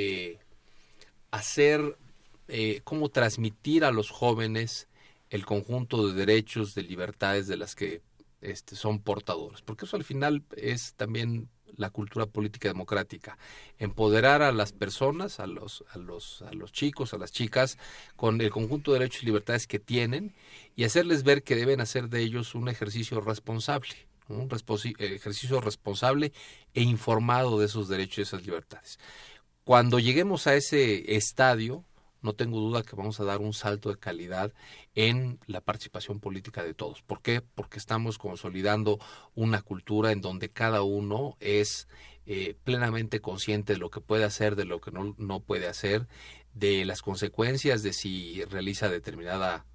cómo transmitir a los jóvenes el conjunto de derechos, de libertades de las que son portadores, porque eso al final es también la cultura política democrática, empoderar a las personas, a los chicos, a las chicas, con el conjunto de derechos y libertades que tienen y hacerles ver que deben hacer de ellos un ejercicio responsable, ejercicio responsable e informado de esos derechos y esas libertades. Cuando lleguemos a ese estadio, no tengo duda que vamos a dar un salto de calidad en la participación política de todos. ¿Por qué? Porque estamos consolidando una cultura en donde cada uno es plenamente consciente de lo que puede hacer, de lo que no puede hacer, de las consecuencias de si realiza determinada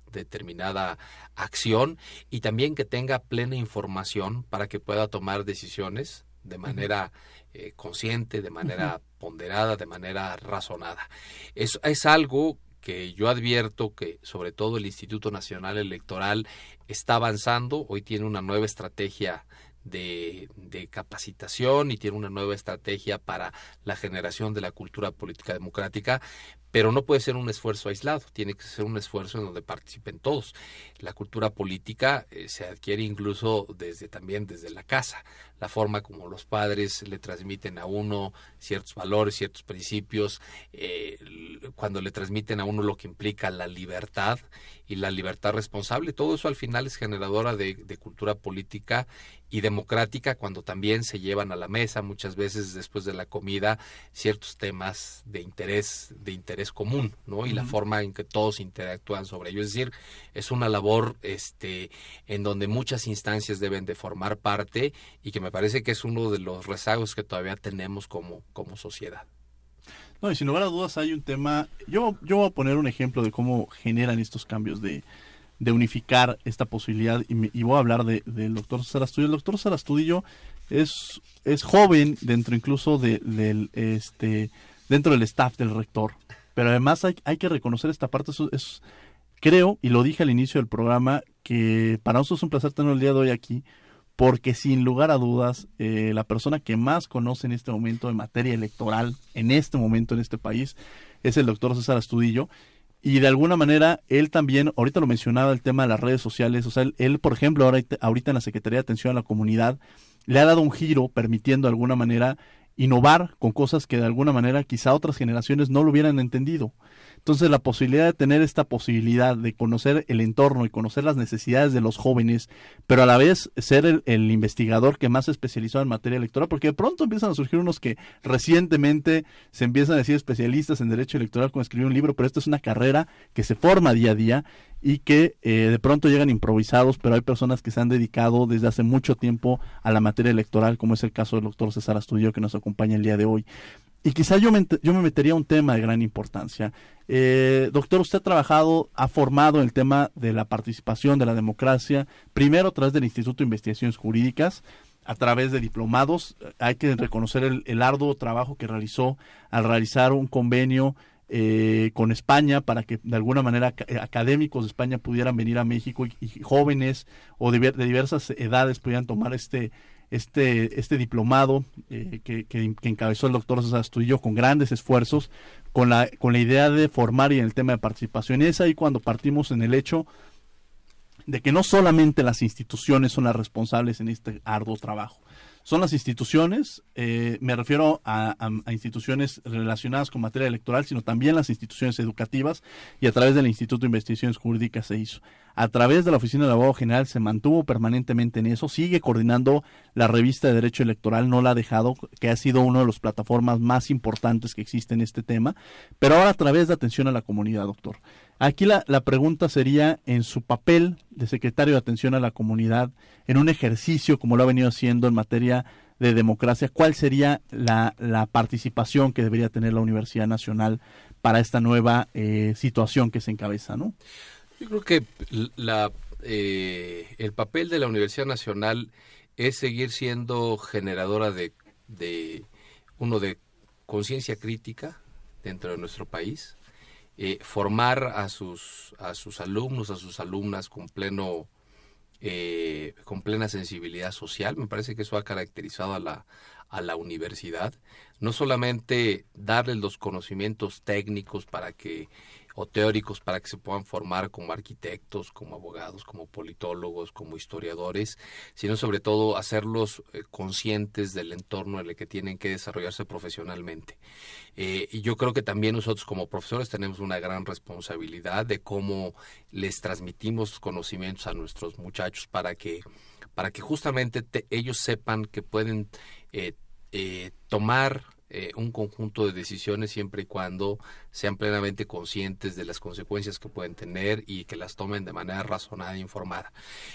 acción y también que tenga plena información para que pueda tomar decisiones de manera consciente, de manera ponderada, de manera razonada. Es algo que yo advierto que sobre todo el Instituto Nacional Electoral está avanzando. Hoy tiene una nueva estrategia de capacitación y tiene una nueva estrategia para la generación de la cultura política democrática, pero no puede ser un esfuerzo aislado, tiene que ser un esfuerzo en donde participen todos. La cultura política se adquiere incluso también desde la casa, la forma como los padres le transmiten a uno ciertos valores, ciertos principios, cuando le transmiten a uno lo que implica la libertad y la libertad responsable, todo eso al final es generadora de cultura política y democrática, cuando también se llevan a la mesa muchas veces después de la comida ciertos temas de interés común, ¿no? Y la forma en que todos interactúan sobre ello. Es decir, es una labor en donde muchas instancias deben de formar parte y que me parece que es uno de los rezagos que todavía tenemos como sociedad. No, y sin lugar a dudas hay un tema. Yo voy a poner un ejemplo de cómo generan estos cambios de unificar esta posibilidad y voy a hablar del doctor César Astudillo. El doctor César Astudillo es joven dentro incluso dentro del staff del rector, pero además hay que reconocer esta parte. Creo, y lo dije al inicio del programa, que para nosotros es un placer tenerlo el día de hoy aquí, porque sin lugar a dudas, la persona que más conoce en este momento de materia electoral, en este momento en este país, es el doctor César Astudillo. Y de alguna manera, él también, ahorita lo mencionaba, el tema de las redes sociales, o sea, él por ejemplo, ahorita en la Secretaría de Atención a la Comunidad, le ha dado un giro permitiendo de alguna manera innovar con cosas que de alguna manera quizá otras generaciones no lo hubieran entendido. Entonces la posibilidad de tener esta posibilidad de conocer el entorno y conocer las necesidades de los jóvenes, pero a la vez ser el investigador que más se especializó en materia electoral, porque de pronto empiezan a surgir unos que recientemente se empiezan a decir especialistas en derecho electoral con escribir un libro, pero esta es una carrera que se forma día a día y que de pronto llegan improvisados, pero hay personas que se han dedicado desde hace mucho tiempo a la materia electoral, como es el caso del doctor César Astudillo, que nos acompaña el día de hoy. Y quizá yo me metería a un tema de gran importancia. Doctor, usted ha formado en el tema de la participación de la democracia, primero a través del Instituto de Investigaciones Jurídicas, a través de diplomados. Hay que reconocer el arduo trabajo que realizó al realizar un convenio con España para que de alguna manera académicos de España pudieran venir a México y jóvenes o de diversas edades pudieran tomar este diplomado que encabezó el doctor César Astudillo con grandes esfuerzos, con la idea de formar y en el tema de participación. Y es ahí cuando partimos en el hecho de que no solamente las instituciones son las responsables en este arduo trabajo. Son las instituciones, me refiero a instituciones relacionadas con materia electoral, sino también las instituciones educativas, y a través del Instituto de Investigaciones Jurídicas se hizo. A través de la Oficina del Abogado General se mantuvo permanentemente en eso, sigue coordinando la revista de Derecho Electoral, no la ha dejado, que ha sido una de las plataformas más importantes que existe en este tema, pero ahora a través de atención a la comunidad, doctor. Aquí la pregunta sería, en su papel de secretario de Atención a la Comunidad, en un ejercicio como lo ha venido haciendo en materia de democracia, ¿cuál sería la participación que debería tener la Universidad Nacional para esta nueva situación que se encabeza, ¿no? Yo creo que el papel de la Universidad Nacional es seguir siendo generadora de conciencia crítica dentro de nuestro país, formar a sus alumnos, a sus alumnas con plena sensibilidad social. Me parece que eso ha caracterizado a a la universidad, no solamente darles los conocimientos técnicos o teóricos para que se puedan formar como arquitectos, como abogados, como politólogos, como historiadores, sino sobre todo hacerlos conscientes del entorno en el que tienen que desarrollarse profesionalmente. Y yo creo que también nosotros como profesores tenemos una gran responsabilidad de cómo les transmitimos conocimientos a nuestros muchachos para que justamente ellos sepan que pueden tomar un conjunto de decisiones siempre y cuando sean plenamente conscientes de las consecuencias que pueden tener y que las tomen de manera razonada e informada.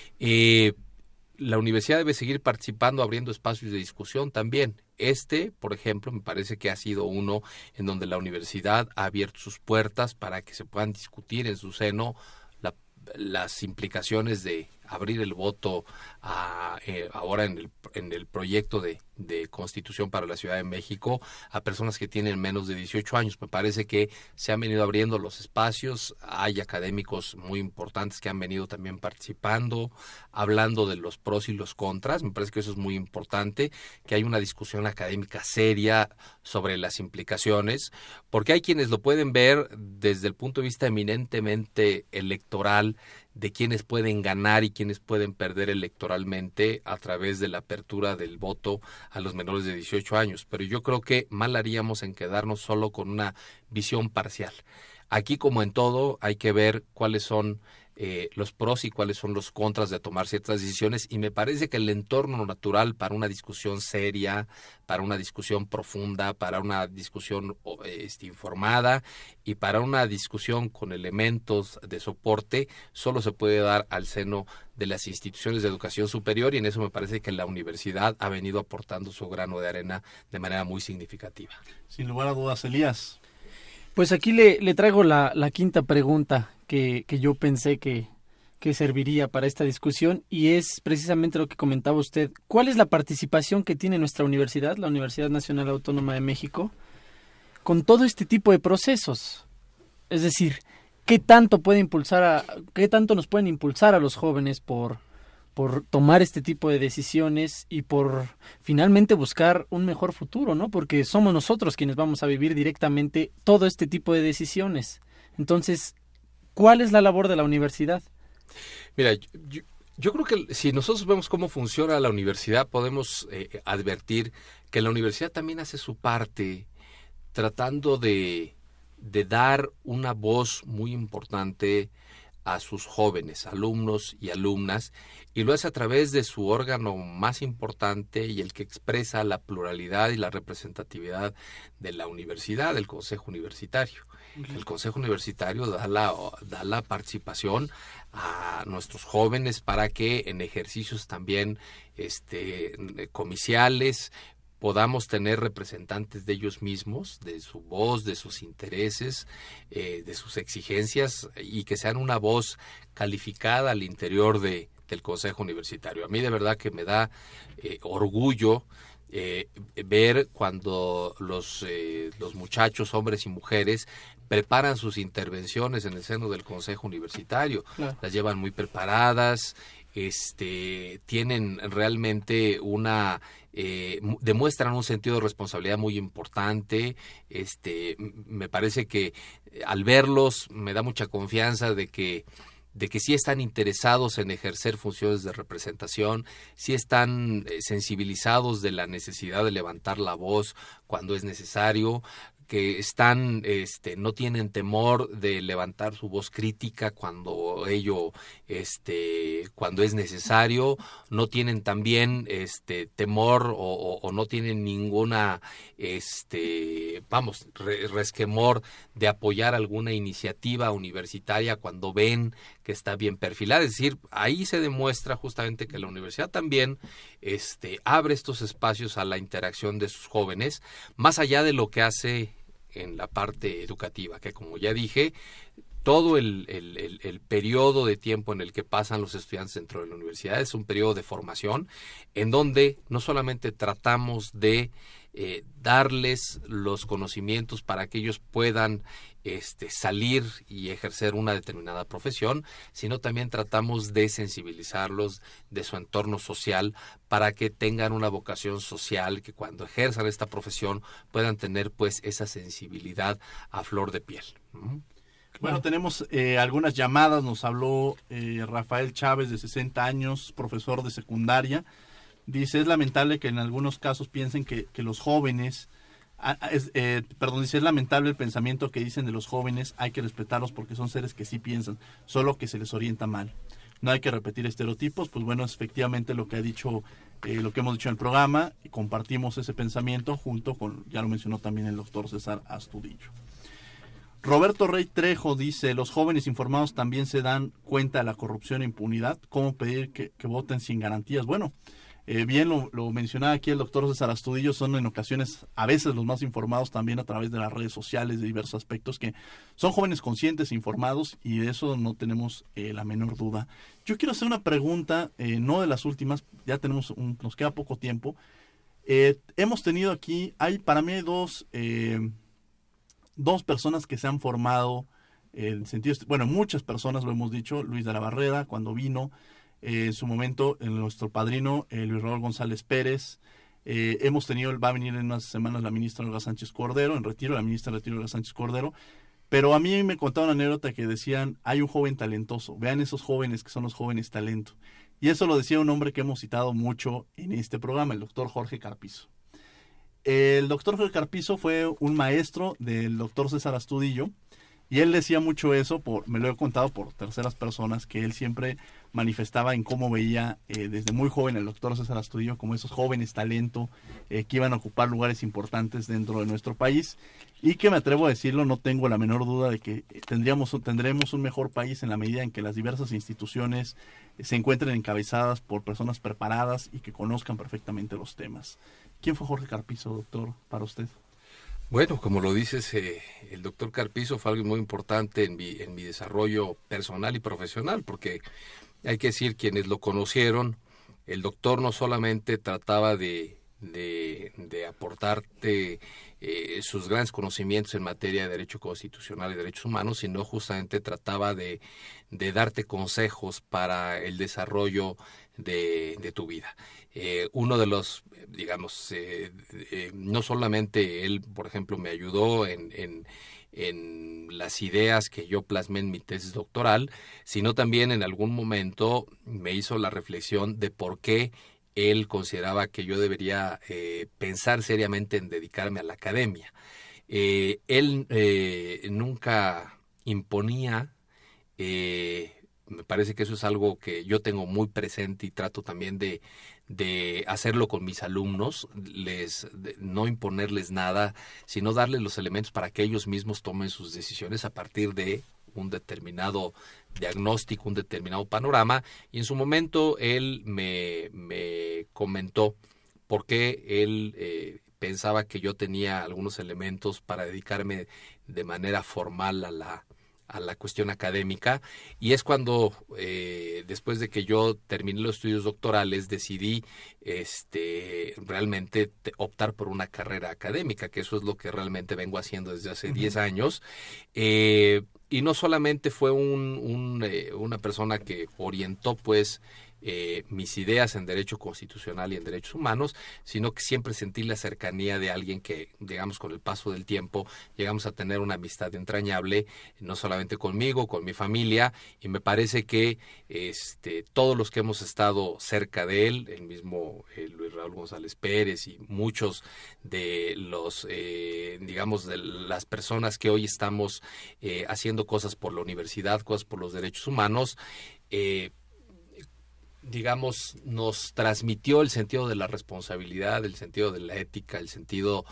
La universidad debe seguir participando, abriendo espacios de discusión también. Por ejemplo, me parece que ha sido uno en donde la universidad ha abierto sus puertas para que se puedan discutir en su seno las implicaciones de abrir el voto ahora en el proyecto de Constitución para la Ciudad de México a personas que tienen menos de 18 años. Me parece que se han venido abriendo los espacios, hay académicos muy importantes que han venido también participando, hablando de los pros y los contras. Me parece que eso es muy importante, que hay una discusión académica seria sobre las implicaciones, porque hay quienes lo pueden ver desde el punto de vista eminentemente electoral, de quienes pueden ganar y quienes pueden perder electoralmente a través de la apertura del voto a los menores de 18 años. Pero yo creo que mal haríamos en quedarnos solo con una visión parcial. Aquí, como en todo, hay que ver cuáles son los pros y cuáles son los contras de tomar ciertas decisiones, y me parece que el entorno natural para una discusión seria, para una discusión profunda, para una discusión informada y para una discusión con elementos de soporte solo se puede dar al seno de las instituciones de educación superior, y en eso me parece que la universidad ha venido aportando su grano de arena de manera muy significativa. Sin lugar a dudas, Elías. Pues aquí le traigo la quinta pregunta que yo pensé que serviría para esta discusión, y es precisamente lo que comentaba usted. ¿Cuál es la participación que tiene nuestra universidad, la Universidad Nacional Autónoma de México, con todo este tipo de procesos? Es decir, ¿qué tanto nos pueden impulsar a los jóvenes por tomar este tipo de decisiones y por finalmente buscar un mejor futuro, ¿no? Porque somos nosotros quienes vamos a vivir directamente todo este tipo de decisiones. Entonces, ¿cuál es la labor de la universidad? Mira, yo creo que si nosotros vemos cómo funciona la universidad, podemos advertir que la universidad también hace su parte tratando de dar una voz muy importante a sus jóvenes, alumnos y alumnas, y lo hace a través de su órgano más importante y el que expresa la pluralidad y la representatividad de la universidad, el Consejo Universitario. El Consejo Universitario da la participación a nuestros jóvenes para que en ejercicios también comiciales podamos tener representantes de ellos mismos, de su voz, de sus intereses, de sus exigencias, y que sean una voz calificada al interior del Consejo Universitario. A mí de verdad que me da orgullo ver cuando los muchachos, hombres y mujeres, preparan sus intervenciones en el seno del Consejo Universitario. Claro. Las llevan muy preparadas, tienen realmente demuestran un sentido de responsabilidad muy importante. Me parece que al verlos me da mucha confianza de que sí están interesados en ejercer funciones de representación, sí están sensibilizados de la necesidad de levantar la voz cuando es necesario, que no tienen temor de levantar su voz crítica cuando cuando es necesario, no tienen también temor o no tienen ninguna resquemor de apoyar alguna iniciativa universitaria cuando ven que está bien perfilada. Es decir, ahí se demuestra justamente que la universidad también abre estos espacios a la interacción de sus jóvenes, más allá de lo que hace en la parte educativa, que como ya dije, todo el periodo de tiempo en el que pasan los estudiantes dentro de la universidad es un periodo de formación en donde no solamente tratamos de darles los conocimientos para que ellos puedan salir y ejercer una determinada profesión, sino también tratamos de sensibilizarlos de su entorno social para que tengan una vocación social, que cuando ejerzan esta profesión puedan tener pues esa sensibilidad a flor de piel. Bueno, tenemos algunas llamadas. Nos habló Rafael Chávez, de 60 años, profesor de secundaria. Dice, es lamentable que en algunos casos piensen que los jóvenes, dice, es lamentable el pensamiento que dicen de los jóvenes, hay que respetarlos porque son seres que sí piensan, solo que se les orienta mal. No hay que repetir estereotipos. Pues bueno, es efectivamente lo que ha dicho, lo que hemos dicho en el programa, y compartimos ese pensamiento junto con, ya lo mencionó también el doctor César Astudillo. Roberto Rey Trejo dice, los jóvenes informados también se dan cuenta de la corrupción e impunidad. ¿Cómo pedir que voten sin garantías? Bueno, bien lo mencionaba aquí el doctor César Astudillo, son en ocasiones, a veces los más informados también a través de las redes sociales, de diversos aspectos, que son jóvenes conscientes e informados, y de eso no tenemos la menor duda. Yo quiero hacer una pregunta, no de las últimas, ya nos queda poco tiempo. Hemos tenido aquí, para mí hay dos personas que se han formado, en sentido, bueno, muchas personas lo hemos dicho. Luis de la Barrera, cuando vino, en su momento, nuestro padrino, Luis Raúl González Pérez. Va a venir en unas semanas la ministra Olga Sánchez Cordero, la ministra en retiro Olga Sánchez Cordero. Pero a mí me contaba una anécdota que decían, hay un joven talentoso, vean esos jóvenes que son los jóvenes talento. Y eso lo decía un hombre que hemos citado mucho en este programa, el doctor Jorge Carpizo. El doctor Jorge Carpizo fue un maestro del doctor César Astudillo, y él decía mucho eso, me lo he contado por terceras personas, que él siempre manifestaba en cómo veía desde muy joven el doctor César Astudillo como esos jóvenes talento que iban a ocupar lugares importantes dentro de nuestro país, y que, me atrevo a decirlo, no tengo la menor duda de que tendremos un mejor país en la medida en que las diversas instituciones se encuentren encabezadas por personas preparadas y que conozcan perfectamente los temas. ¿Quién fue Jorge Carpizo, doctor, para usted? Bueno, como lo dices, el doctor Carpizo fue algo muy importante en mi desarrollo personal y profesional, porque hay que decir, quienes lo conocieron, el doctor no solamente trataba de aportarte sus grandes conocimientos en materia de derecho constitucional y derechos humanos, sino justamente trataba de darte consejos para el desarrollo de tu vida. Uno de los, digamos, no solamente él, por ejemplo, me ayudó en las ideas que yo plasmé en mi tesis doctoral, sino también en algún momento me hizo la reflexión de por qué él consideraba que yo debería pensar seriamente en dedicarme a la academia. Él nunca imponía. Me parece que eso es algo que yo tengo muy presente y trato también de hacerlo con mis alumnos, no imponerles nada, sino darles los elementos para que ellos mismos tomen sus decisiones a partir de un determinado diagnóstico, un determinado panorama. Y en su momento él me comentó por qué él pensaba que yo tenía algunos elementos para dedicarme de manera formal a la cuestión académica, y es cuando después de que yo terminé los estudios doctorales decidí realmente optar por una carrera académica, que eso es lo que realmente vengo haciendo desde hace 10 años. Y no solamente fue una persona que orientó pues mis ideas en derecho constitucional y en derechos humanos, sino que siempre sentí la cercanía de alguien que, digamos, con el paso del tiempo llegamos a tener una amistad entrañable, no solamente conmigo, con mi familia, y me parece que todos los que hemos estado cerca de él, el mismo Luis Raúl González Pérez y muchos de los, digamos, de las personas que hoy estamos haciendo cosas por la universidad, cosas por los derechos humanos, digamos, nos transmitió el sentido de la responsabilidad, el sentido de la ética, el sentido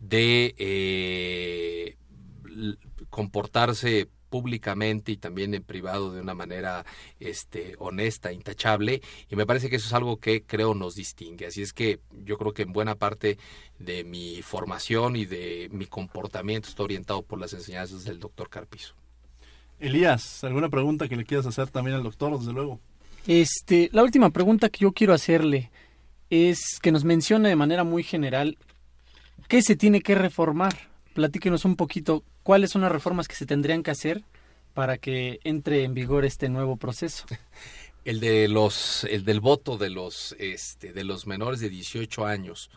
de comportarse públicamente y también en privado de una manera honesta, intachable, y me parece que eso es algo que creo nos distingue. Así es que yo creo que en buena parte de mi formación y de mi comportamiento está orientado por las enseñanzas del doctor Carpizo. Elías, ¿alguna pregunta que le quieras hacer también al doctor, desde luego? La última pregunta que yo quiero hacerle es que nos mencione de manera muy general ¿qué se tiene que reformar? Platíquenos un poquito, ¿cuáles son las reformas que se tendrían que hacer para que entre en vigor este nuevo proceso? El del voto de los menores de 18 años.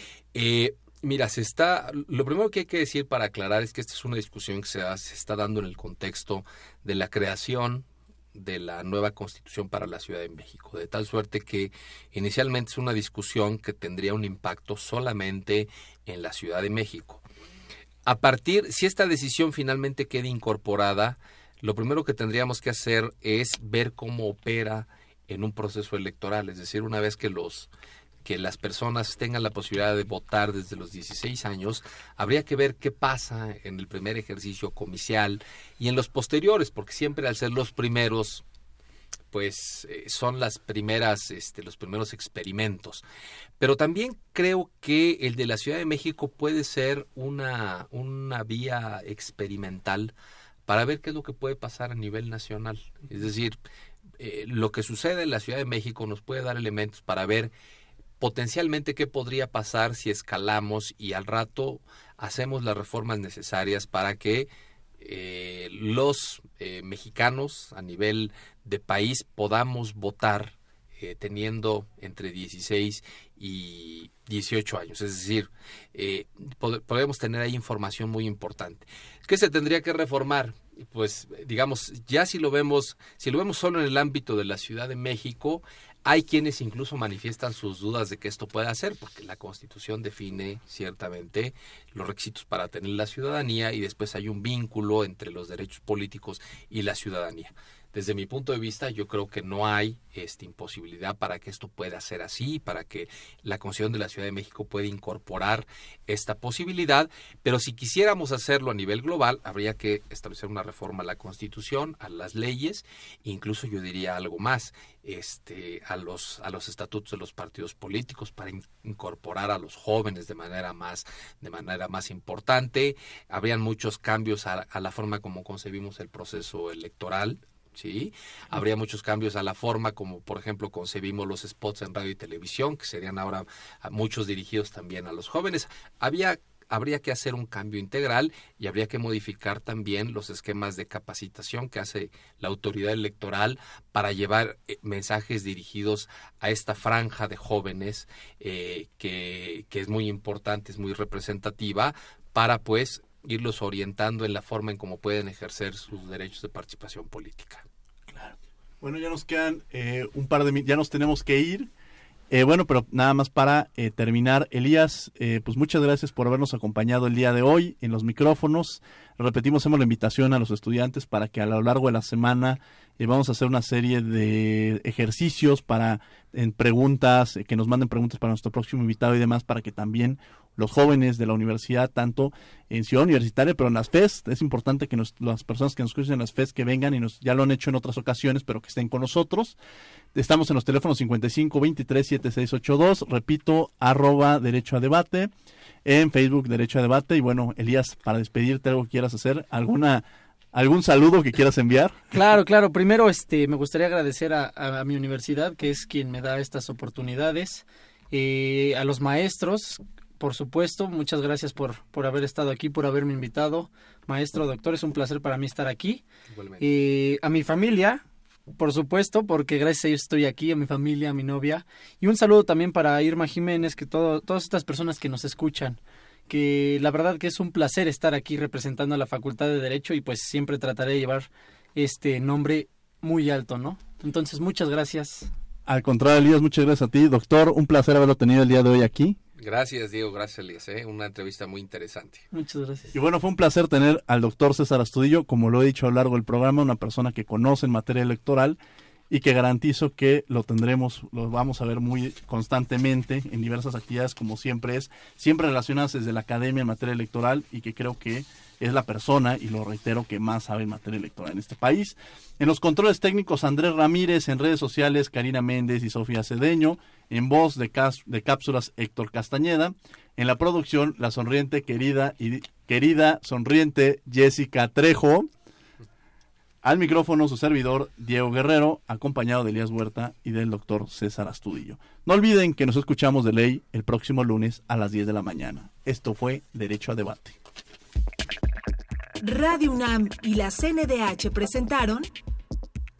Mira, lo primero que hay que decir para aclarar es que esta es una discusión que se está dando en el contexto de la creación de la nueva Constitución para la Ciudad de México, de tal suerte que inicialmente es una discusión que tendría un impacto solamente en la Ciudad de México. Si esta decisión finalmente queda incorporada, lo primero que tendríamos que hacer es ver cómo opera en un proceso electoral, es decir, una vez que las personas tengan la posibilidad de votar desde los 16 años, habría que ver qué pasa en el primer ejercicio comicial y en los posteriores, porque siempre al ser los primeros, pues son los primeros experimentos. Pero también creo que el de la Ciudad de México puede ser una vía experimental para ver qué es lo que puede pasar a nivel nacional. Es decir, lo que sucede en la Ciudad de México nos puede dar elementos para ver potencialmente qué podría pasar si escalamos y al rato hacemos las reformas necesarias para que los mexicanos a nivel de país podamos votar teniendo entre 16 y 18 años. Es decir, podemos tener ahí información muy importante. ¿Qué se tendría que reformar? Pues, digamos, ya si lo vemos solo en el ámbito de la Ciudad de México, hay quienes incluso manifiestan sus dudas de que esto pueda hacer, porque la Constitución define ciertamente los requisitos para tener la ciudadanía y después hay un vínculo entre los derechos políticos y la ciudadanía. Desde mi punto de vista, yo creo que no hay imposibilidad para que esto pueda ser así, para que la Constitución de la Ciudad de México pueda incorporar esta posibilidad, pero si quisiéramos hacerlo a nivel global, habría que establecer una reforma a la Constitución, a las leyes, incluso yo diría algo más, a los estatutos de los partidos políticos para incorporar a los jóvenes de manera más importante. Habrían muchos cambios a la forma como concebimos el proceso electoral. Sí, habría muchos cambios a la forma como, por ejemplo, concebimos los spots en radio y televisión, que serían ahora muchos dirigidos también a los jóvenes. Habría que hacer un cambio integral y habría que modificar también los esquemas de capacitación que hace la autoridad electoral para llevar mensajes dirigidos a esta franja de jóvenes que es muy importante, es muy representativa, para pues irlos orientando en la forma en cómo pueden ejercer sus derechos de participación política. Claro. Bueno, ya nos quedan un par de minutos, ya nos tenemos que ir. Bueno, pero nada más para terminar, Elías, pues muchas gracias por habernos acompañado el día de hoy en los micrófonos. Repetimos, hacemos la invitación a los estudiantes para que a lo largo de la semana vamos a hacer una serie de ejercicios en preguntas, que nos manden preguntas para nuestro próximo invitado y demás, para que también los jóvenes de la universidad, tanto en Ciudad Universitaria, pero en las FES, es importante que las personas que nos escuchen en las FES que vengan ya lo han hecho en otras ocasiones, pero que estén con nosotros. Estamos en los teléfonos 55-23-7682, repito, @Derecho a Debate, en Facebook Derecho a Debate. Y bueno, Elías, para despedirte, algo que quieras hacer, ¿algún saludo que quieras enviar? Claro. Primero, me gustaría agradecer a mi universidad, que es quien me da estas oportunidades, a los maestros, por supuesto, muchas gracias por haber estado aquí, por haberme invitado. Maestro, doctor, es un placer para mí estar aquí. Igualmente. A mi familia, por supuesto, porque gracias a ellos estoy aquí, a mi familia, a mi novia. Y un saludo también para Irma Jiménez, que todas estas personas que nos escuchan, que la verdad que es un placer estar aquí representando a la Facultad de Derecho y pues siempre trataré de llevar este nombre muy alto, ¿no? Entonces, muchas gracias. Al contrario, Elías, muchas gracias a ti. Doctor, un placer haberlo tenido el día de hoy aquí. Gracias, Diego, gracias, Elías. Una entrevista muy interesante. Muchas gracias. Y bueno, fue un placer tener al doctor César Astudillo, como lo he dicho a lo largo del programa, una persona que conoce en materia electoral y que garantizo que lo vamos a ver muy constantemente en diversas actividades, como siempre relacionadas desde la academia en materia electoral, y que creo que es la persona, y lo reitero, que más sabe en materia electoral en este país. En los controles técnicos, Andrés Ramírez; en redes sociales, Karina Méndez y Sofía Cedeño; en voz de cápsulas, Héctor Castañeda; en la producción, la sonriente, querida sonriente Jessica Trejo; Al micrófono su servidor Diego Guerrero, acompañado de Elías Huerta y del doctor César Astudillo. No olviden que nos escuchamos de ley el próximo lunes a las 10 de la mañana. Esto fue Derecho a Debate. Radio UNAM y la CNDH presentaron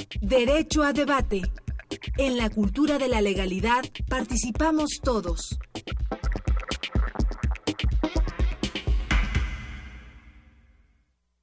Derecho a Debate. En la cultura de la legalidad participamos todos.